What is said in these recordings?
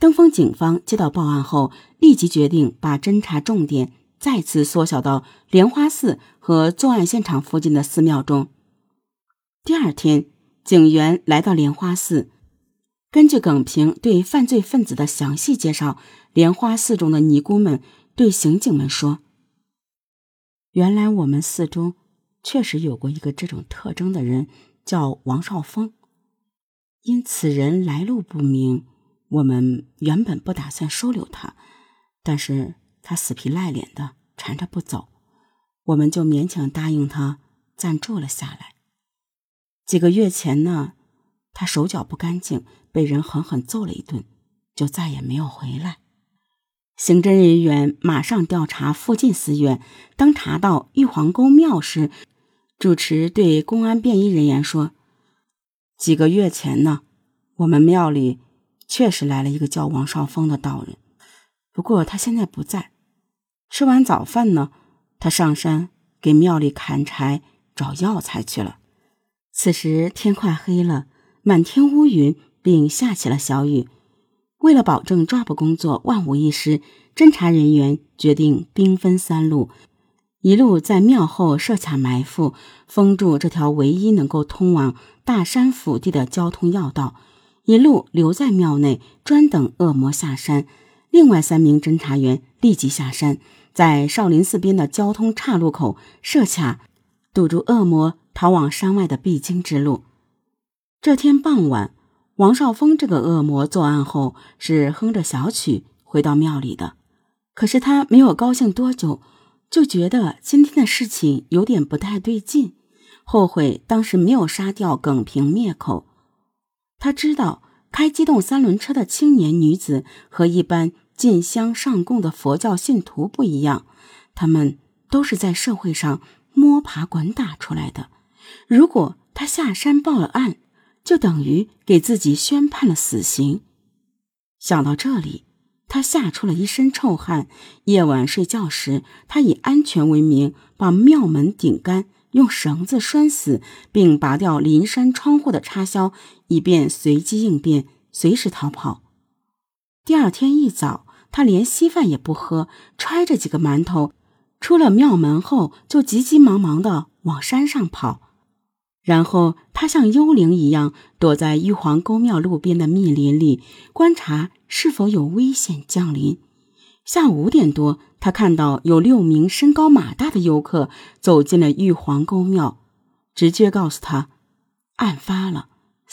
登封警方接到报案后，立即决定把侦查重点再次缩小到莲花寺和作案现场附近的寺庙中。第二天，警员来到莲花寺，根据耿平对犯罪分子的详细介绍，莲花寺中的尼姑们对刑警们说：原来我们寺中确实有过一个这种特征的人，叫王少峰。因此人来路不明，我们原本不打算收留他，但是他死皮赖脸的缠着不走，我们就勉强答应他暂住了下来。几个月前呢，他手脚不干净，被人狠狠揍了一顿，就再也没有回来。刑侦人员马上调查附近寺院，当查到玉皇沟庙时，主持对公安便衣人员说：几个月前呢，我们庙里确实来了一个叫王少峰的道人，不过他现在不在。吃完早饭呢，他上山给庙里砍柴找药材去了。此时天快黑了，满天乌云，并下起了小雨。为了保证抓捕工作万无一失，侦查人员决定兵分三路，一路在庙后设卡埋伏，封住这条唯一能够通往大山府地的交通要道，一路留在庙内专等恶魔下山。另外3名侦查员立即下山，在少林寺边的交通岔路口设卡，堵住恶魔逃往山外的必经之路。这天傍晚，王少峰这个恶魔作案后是哼着小曲回到庙里的，可是他没有高兴多久，就觉得今天的事情有点不太对劲，后悔当时没有杀掉耿平灭口。他知道开机动3轮车的青年女子和一般进香上供的佛教信徒不一样，他们都是在社会上摸爬滚打出来的。如果他下山报了案，就等于给自己宣判了死刑。想到这里，他吓出了一身臭汗。夜晚睡觉时，他以安全为名，把庙门顶杆用绳子拴死，并拔掉临山窗户的插销，以便随机应变，随时逃跑。第二天一早，他连稀饭也不喝，揣着几个馒头，出了庙门后就急急忙忙地往山上跑。然后他像幽灵一样躲在玉皇沟庙路边的密林里，观察是否有危险降临。下午5点多，他看到有6名身高马大的游客走进了玉皇沟庙，直觉告诉他案发了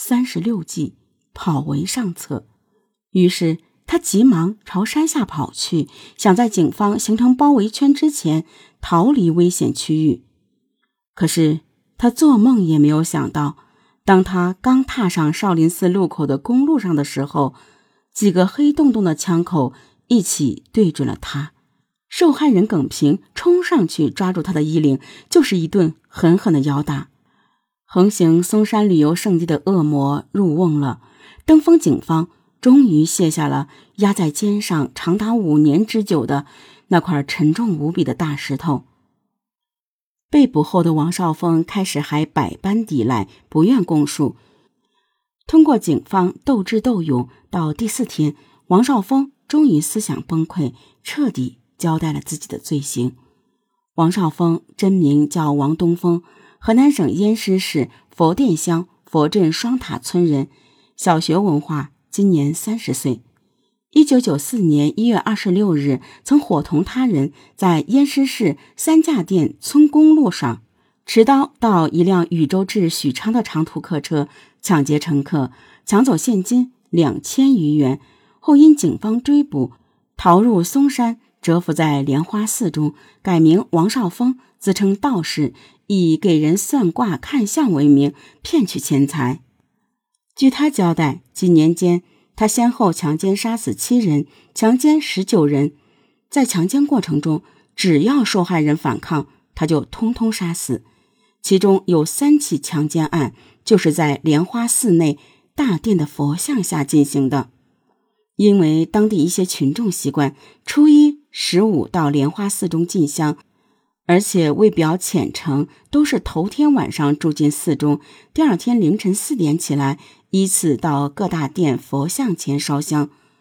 ，36计，跑为上策。于是他急忙朝山下跑去，想在警方形成包围圈之前逃离危险区域。可是他做梦也没有想到，当他刚踏上少林寺路口的公路上的时候，几个黑洞洞的枪口一起对准了他。受害人耿平冲上去抓住他的衣领，就是一顿狠狠的摇打。横行嵩山旅游胜地的恶魔入瓮了，登封警方终于卸下了压在肩上长达5年之久的那块沉重无比的大石头。被捕后的王少峰开始还百般抵赖，不愿供述。通过警方斗智斗勇，到第4天，王少峰终于思想崩溃，彻底交代了自己的罪行。王少峰真名叫王东峰，河南省偃师市佛殿乡佛镇双塔村人，小学文化，今年30岁。1994年1月26日，曾伙同他人在偃师市三架店村公路上持刀到一辆禹州至许昌的长途客车，抢劫乘客，抢走现金2000余元，后因警方追捕，逃入嵩山，蛰伏在莲花寺中，改名王少峰，自称道士，以给人算卦看相为名，骗取钱财。据他交代，几年间他先后强奸杀死7人，强奸19人。在强奸过程中，只要受害人反抗，他就通通杀死。其中有3起强奸案就是在莲花寺内大殿的佛像下进行的。因为当地一些群众习惯初1、15到莲花寺中进香，而且为表虔诚，都是头天晚上住进寺中，第二天凌晨4点起来，依次到各大殿佛像前烧香。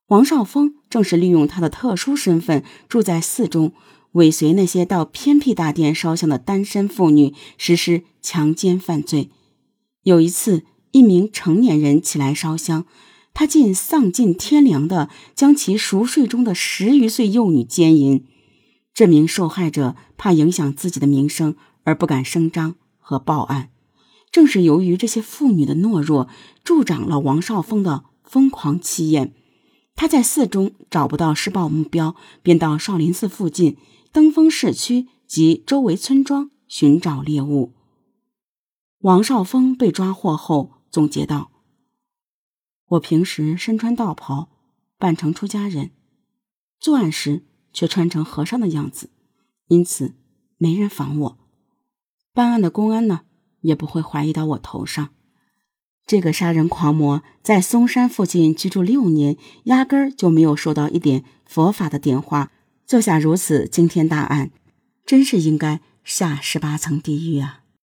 王少峰正是利用他的特殊身份，住在寺中，尾随那些到偏僻大殿烧香的单身妇女实施强奸犯罪。有一次，一名成年人起来烧香，他竟丧尽天良地将其熟睡中的10余岁幼女奸淫。这名受害者怕影响自己的名声而不敢声张和报案。正是由于这些妇女的懦弱，助长了王少峰的疯狂气焰。他在寺中找不到施暴目标，便到少林寺附近、登封市区及周围村庄寻找猎物。王少峰被抓获后总结道：我平时身穿道袍，扮成出家人，作案时却穿成和尚的样子，因此没人防我。办案的公安呢，也不会怀疑到我头上。这个杀人狂魔在嵩山附近居住6年，压根儿就没有收到一点佛法的点化，做下如此惊天大案，真是应该下18层地狱啊！